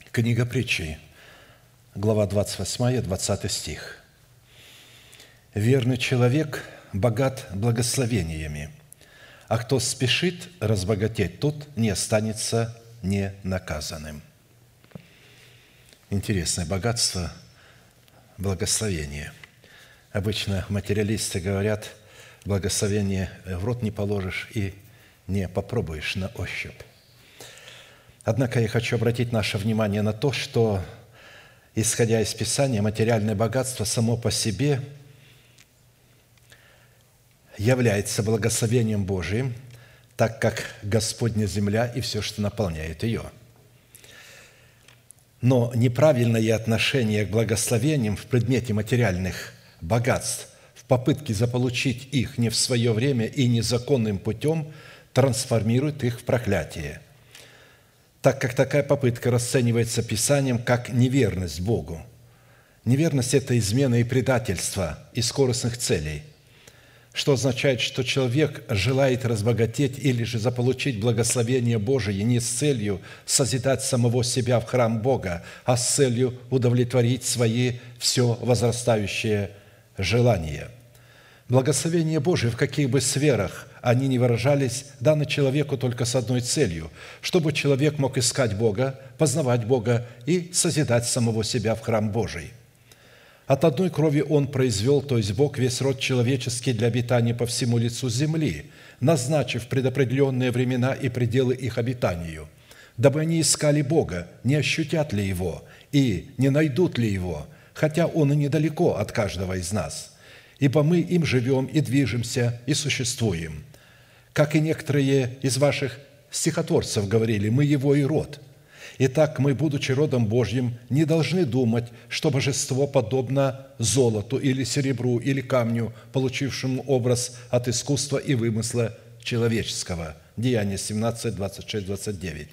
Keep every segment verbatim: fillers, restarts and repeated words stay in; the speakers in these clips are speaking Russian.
Книга Притчи, глава двадцать восемь, двадцатый стих. «Верный человек богат благословениями, а кто спешит разбогатеть, тот не останется ненаказанным». Интересное богатство, благословение. Обычно материалисты говорят, благословение в рот не положишь и не попробуешь на ощупь. Однако я хочу обратить наше внимание на то, что, исходя из Писания, материальное богатство само по себе является благословением Божиим, так как Господня земля и все, что наполняет ее. Но неправильное отношение к благословениям в предмете материальных богатств в попытке заполучить их не в свое время и незаконным путем трансформирует их в проклятие, так как такая попытка расценивается Писанием как неверность Богу. Неверность – это измена и предательство и скоростных целей, что означает, что человек желает разбогатеть или же заполучить благословение Божие не с целью созидать самого себя в храм Бога, а с целью удовлетворить свои все возрастающие желания. Благословение Божие в каких бы сферах они не выражались, дано человеку только с одной целью, чтобы человек мог искать Бога, познавать Бога и созидать самого себя в храм Божий. От одной крови Он произвел, то есть Бог, весь род человеческий для обитания по всему лицу земли, назначив предопределенные времена и пределы их обитанию, дабы они искали Бога, не ощутят ли Его и не найдут ли Его, хотя Он и недалеко от каждого из нас, ибо мы им живем и движемся и существуем. Как и некоторые из ваших стихотворцев говорили, мы Его и род. Итак, мы, будучи родом Божьим, не должны думать, что божество подобно золоту или серебру или камню, получившему образ от искусства и вымысла человеческого». Деяния семнадцать, двадцать шесть, двадцать девять.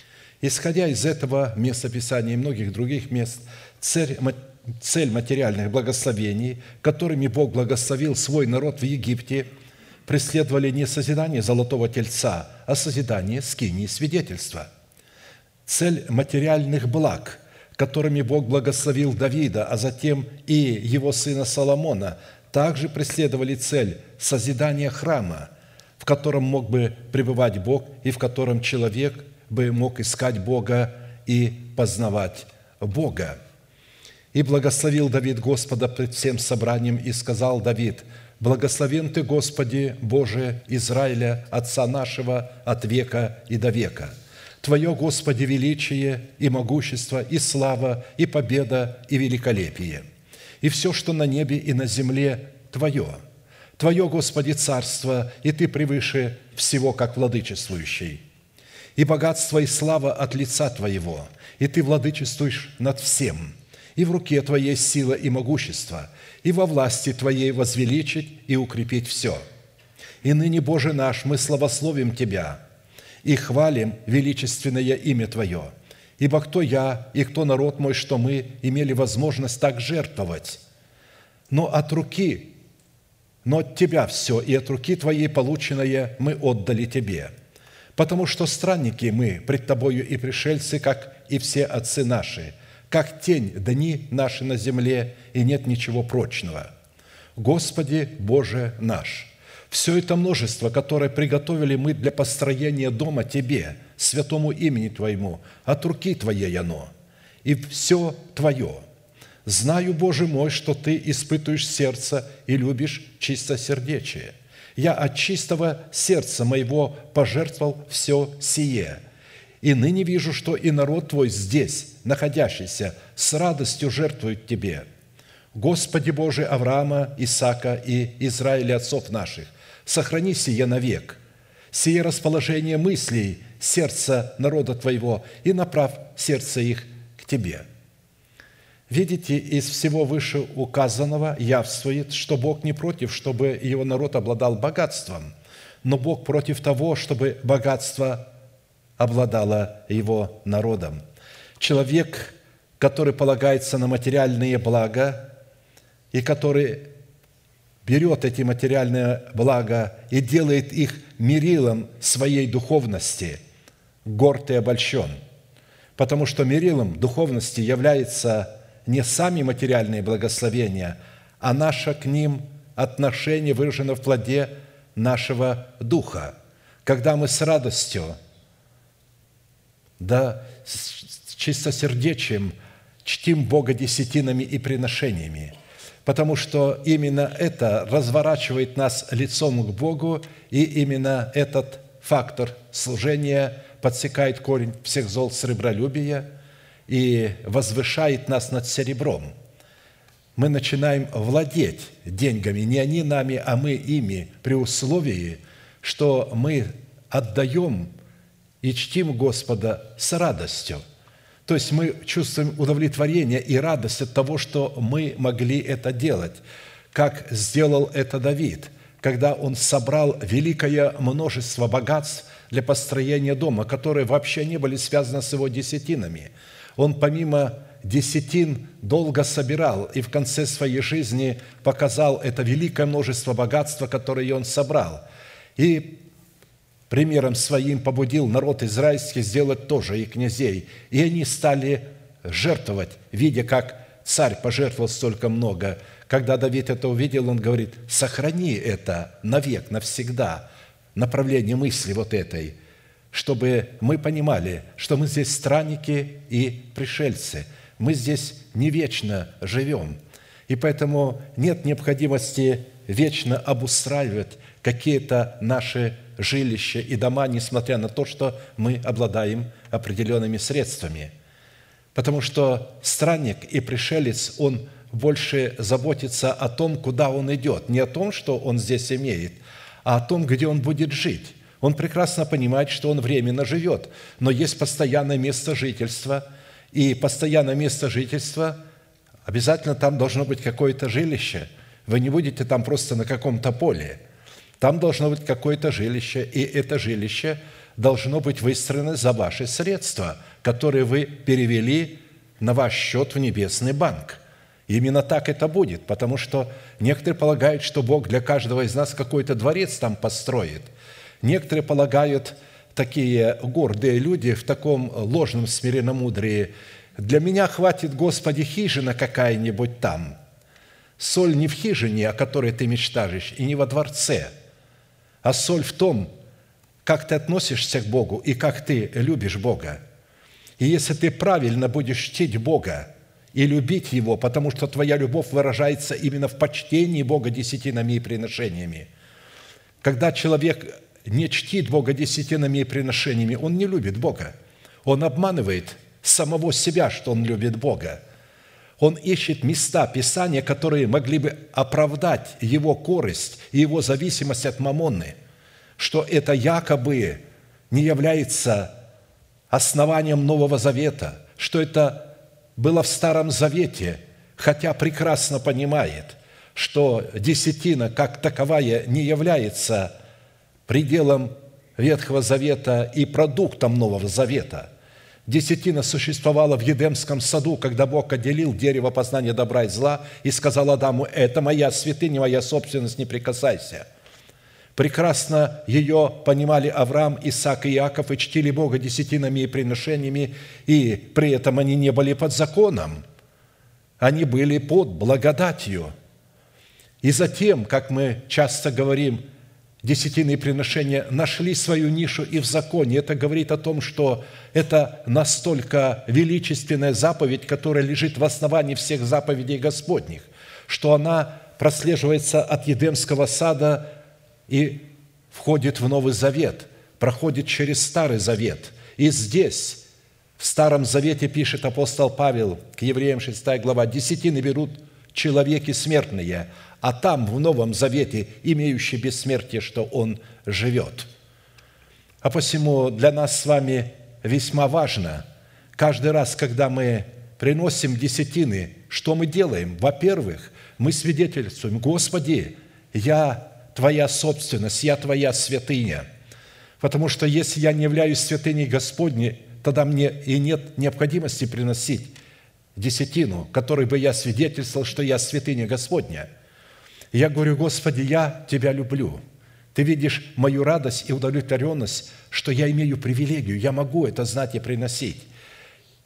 Исходя из этого местописания и многих других мест, цель, цель материальных благословений, которыми Бог благословил свой народ в Египте, преследовали не созидание золотого тельца, а созидание скинии свидетельства. Цель материальных благ, которыми Бог благословил Давида, а затем и его сына Соломона, также преследовали цель созидания храма, в котором мог бы пребывать Бог и в котором человек бы мог искать Бога и познавать Бога. «И благословил Давид Господа пред всем собранием, и сказал Давид: „Благословен Ты, Господи, Боже Израиля, Отца нашего, от века и до века. Твое, Господи, величие и могущество, и слава, и победа, и великолепие. И все, что на небе и на земле, Твое. Твое, Господи, царство, и Ты превыше всего, как владычествующий. И богатство, и слава от лица Твоего, и Ты владычествуешь над всем. И в руке Твоей сила и могущество, и во власти Твоей возвеличить и укрепить все. И ныне, Боже наш, мы славословим Тебя и хвалим величественное имя Твое. Ибо кто я и кто народ мой, что мы имели возможность так жертвовать? Но от руки, но от Тебя все, и от руки Твоей полученное мы отдали Тебе. Потому что странники мы пред Тобою и пришельцы, как и все отцы наши, как тень дни наши на земле, и нет ничего прочного. Господи Боже наш, все это множество, которое приготовили мы для построения дома Тебе, святому имени Твоему, от руки Твоей оно, и все Твое. Знаю, Боже мой, что Ты испытываешь сердце и любишь чистосердечие. Я от чистого сердца моего пожертвовал все сие, и ныне вижу, что и народ Твой здесь, находящийся, с радостью жертвует Тебе. Господи Боже Авраама, Исаака и Израиля отцов наших, сохрани сие навек, сие расположение мыслей сердца народа Твоего, и направь сердце их к Тебе». Видите, из всего вышеуказанного явствует, что Бог не против, чтобы Его народ обладал богатством, но Бог против того, чтобы богатство обладало Его народом. Человек, который полагается на материальные блага и который берет эти материальные блага и делает их мерилом своей духовности, горд и обольщен. потому что мерилом духовности является не сами материальные благословения, а наше к ним отношение выражено в плоде нашего духа, когда мы с радостью, да, с чистосердечием чтим Бога десятинами и приношениями, потому что именно это разворачивает нас лицом к Богу, и именно этот фактор служения подсекает корень всех зол сребролюбия и возвышает нас над серебром. Мы начинаем владеть деньгами, не они нами, а мы ими, при условии, что мы отдаем и чтим Господа с радостью. То есть мы чувствуем удовлетворение и радость от того, что мы могли это делать, как сделал это Давид, когда он собрал великое множество богатств для построения дома, которые вообще не были связаны с его десятинами. Он помимо десятин долго собирал и в конце своей жизни показал это великое множество богатства, которое он собрал. И примером своим побудил народ израильский сделать тоже и князей. И они стали жертвовать, видя, как царь пожертвовал столько много. Когда Давид это увидел, он говорит: сохрани это навек, навсегда, направление мысли вот этой, чтобы мы понимали, что мы здесь странники и пришельцы. Мы здесь не вечно живем. И поэтому нет необходимости вечно обустраивать какие-то наши жилища и дома, несмотря на то, что мы обладаем определенными средствами. Потому что странник и пришелец, он больше заботится о том, куда он идет, не о том, что он здесь имеет, а о том, где он будет жить. Он прекрасно понимает, что он временно живет, но есть постоянное место жительства, и постоянное место жительства, обязательно там должно быть какое-то жилище. Вы не будете там просто на каком-то поле. Там должно быть какое-то жилище, и это жилище должно быть выстроено за ваши средства, которые вы перевели на ваш счет в небесный банк. Именно так это будет, потому что некоторые полагают, что Бог для каждого из нас какой-то дворец там построит. Некоторые полагают, такие гордые люди в таком ложном смиренномудрии: для меня хватит, Господи, хижина какая-нибудь там. Соль не в хижине, о которой ты мечтаешь, и не во дворце, а соль в том, как ты относишься к Богу и как ты любишь Бога. И если ты правильно будешь чтить Бога и любить Его, потому что твоя любовь выражается именно в почтении Бога десятинами и приношениями. Когда человек не чтит Бога десятинами и приношениями, он не любит Бога. Он обманывает самого себя, что он любит Бога. Он ищет места Писания, которые могли бы оправдать его корость и его зависимость от мамонны, что это якобы не является основанием Нового Завета, что это было в Старом Завете, хотя прекрасно понимает, что десятина как таковая не является пределом Ветхого Завета и продуктом Нового Завета. Десятина существовала в Едемском саду, когда Бог отделил дерево познания добра и зла и сказал Адаму: «Это моя святыня, моя собственность, не прикасайся». Прекрасно ее понимали Авраам, Исаак и Иаков и чтили Бога десятинами и приношениями, и при этом они не были под законом, они были под благодатью. И затем, как мы часто говорим, десятины и приношения нашли свою нишу и в законе. Это говорит о том, что это настолько величественная заповедь, которая лежит в основании всех заповедей Господних, что она прослеживается от Едемского сада и входит в Новый Завет, проходит через Старый Завет. И здесь, в Старом Завете, пишет апостол Павел к Евреям, шестая глава: «Десятины берут человеки смертные, а там, в Новом Завете, имеющий бессмертие, что он живет». А посему для нас с вами весьма важно, каждый раз, когда мы приносим десятины, что мы делаем? Во-первых, мы свидетельствуем: «Господи, я Твоя собственность, я Твоя святыня». Потому что если я не являюсь святыней Господней, тогда мне и нет необходимости приносить десятину, которой бы я свидетельствовал, что я святыня Господня. Я говорю: «Господи, я Тебя люблю. Ты видишь мою радость и удовлетворенность, что я имею привилегию, я могу это знать и приносить.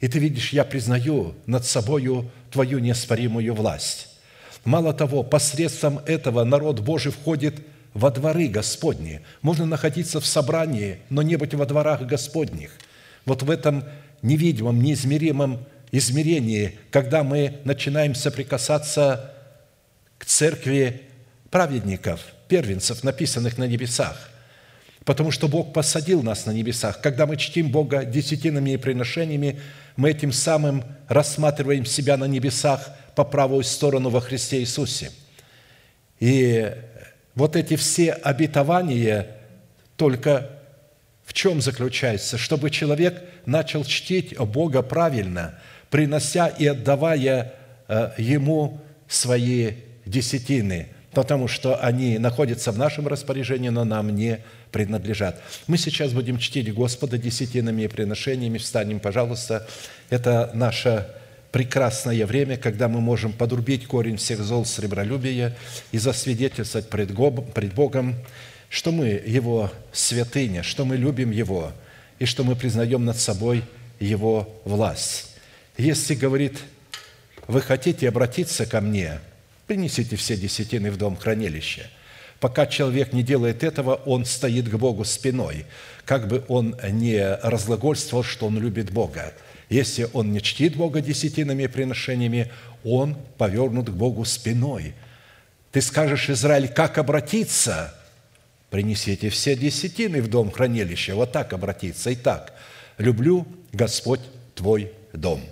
И ты видишь, я признаю над собою Твою неоспоримую власть. Мало того, посредством этого народ Божий входит во дворы Господни. Можно находиться в собрании, но не быть во дворах Господних. Вот в этом невидимом, неизмеримом измерении, когда мы начинаем соприкасаться к церкви праведников, первенцев, написанных на небесах. Потому что Бог посадил нас на небесах. Когда мы чтим Бога десятинами и приношениями, мы этим самым рассматриваем себя на небесах по правую сторону во Христе Иисусе. И вот эти все обетования только в чем заключаются? Чтобы человек начал чтить Бога правильно, принося и отдавая Ему свои десятины, потому что они находятся в нашем распоряжении, но нам не принадлежат. Мы сейчас будем чтить Господа десятинами и приношениями. Встанем, пожалуйста. Это наше прекрасное время, когда мы можем подрубить корень всех зол сребролюбия и засвидетельствовать пред Богом, что мы Его святыня, что мы любим Его и что мы признаем над собой Его власть. Если, говорит, вы хотите обратиться ко мне, принесите все десятины в дом хранилища. Пока человек не делает этого, он стоит к Богу спиной, как бы он не разглагольствовал, что он любит Бога. Если он не чтит Бога десятинами и приношениями, он повернут к Богу спиной. Ты скажешь, Израиль, как обратиться? Принесите все десятины в дом хранилища. Вот так обратиться. Итак, люблю, Господь, твой дом.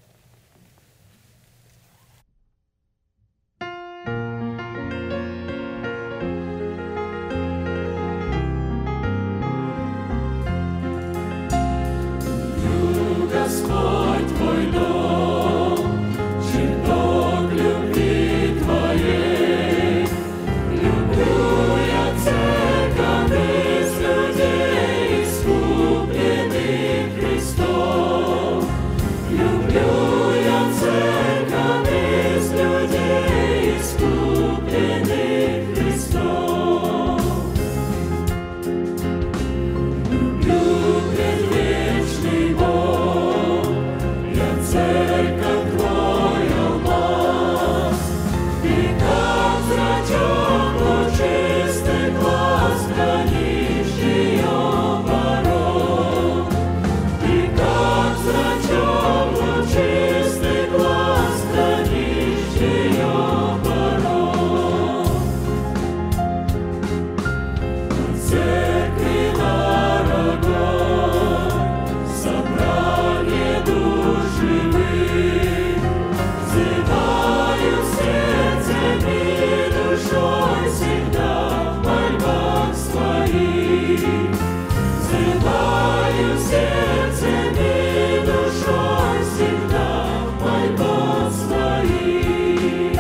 Господь твой дом, чертог любви твоей. Люблю я церковь из людей, искупленных Христом. Люблю я церковь из людей, искупленных Христом. Люблю предвечный Бог, церковь твоя власть, и как зрачок лучистый глаз хранишь ее ворот, и как зрачок лучистый глаз хранишь ее ворот. От церкви дорогой собрание душ живых, взываю сердцем и душой всегда в мольбах своих. Взываю сердцем и душой всегда в мольбах своих.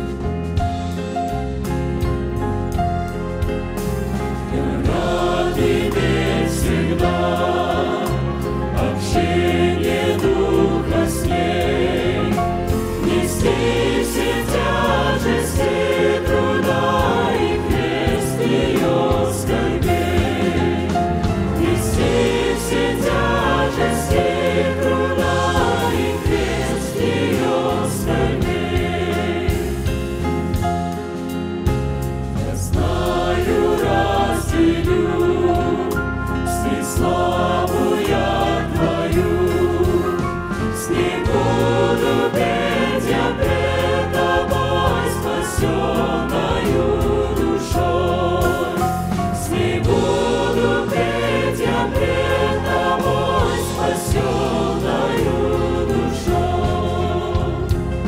Я рад иметь всегда общение Духа с ней, нести все тяжести труда и крест ее скорбей. Нести все тяжести труда и крест ее скорбей. Я знаю, разделю с ней славу я твою, с ней буду петь я пред тобой спасенною душой. С ней буду петь я пред тобой спасеною душой.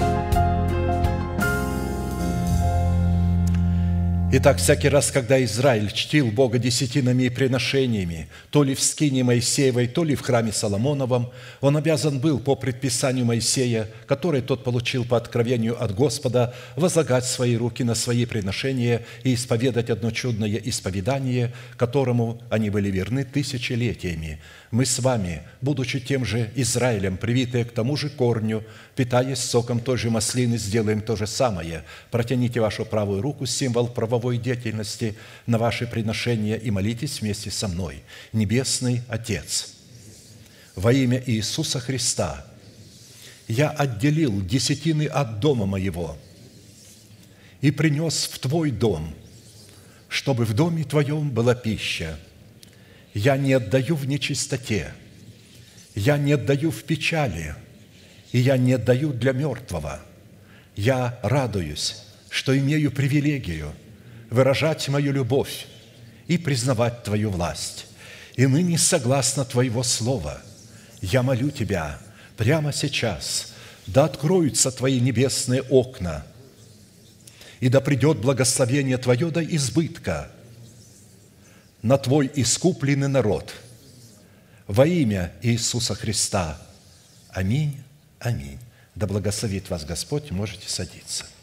Итак, всякий раз, когда Израиль чтил Бога десятинами и приношениями, то ли в скине Моисеевой, то ли в храме Соломоновом, он обязан был по предписанию Моисея, который тот получил по откровению от Господа, возлагать свои руки на свои приношения и исповедать одно чудное исповедание, которому они были верны тысячелетиями. Мы с вами, будучи тем же Израилем, привитые к тому же корню, питаясь соком той же маслины, сделаем то же самое. Протяните вашу правую руку, символ правовой деятельности, на ваши приношения и молитесь вместе со мной. Небесный Отец, во имя Иисуса Христа я отделил десятины от дома моего и принес в Твой дом, чтобы в доме Твоем была пища. Я не отдаю в нечистоте, я не отдаю в печали, и я не отдаю для мертвого. Я радуюсь, что имею привилегию выражать мою любовь и признавать Твою власть. И ныне, согласно Твоего слова, я молю Тебя прямо сейчас, да откроются Твои небесные окна, и да придет благословение Твое до избытка на Твой искупленный народ. Во имя Иисуса Христа. Аминь. Аминь. Да благословит вас Господь. Можете садиться.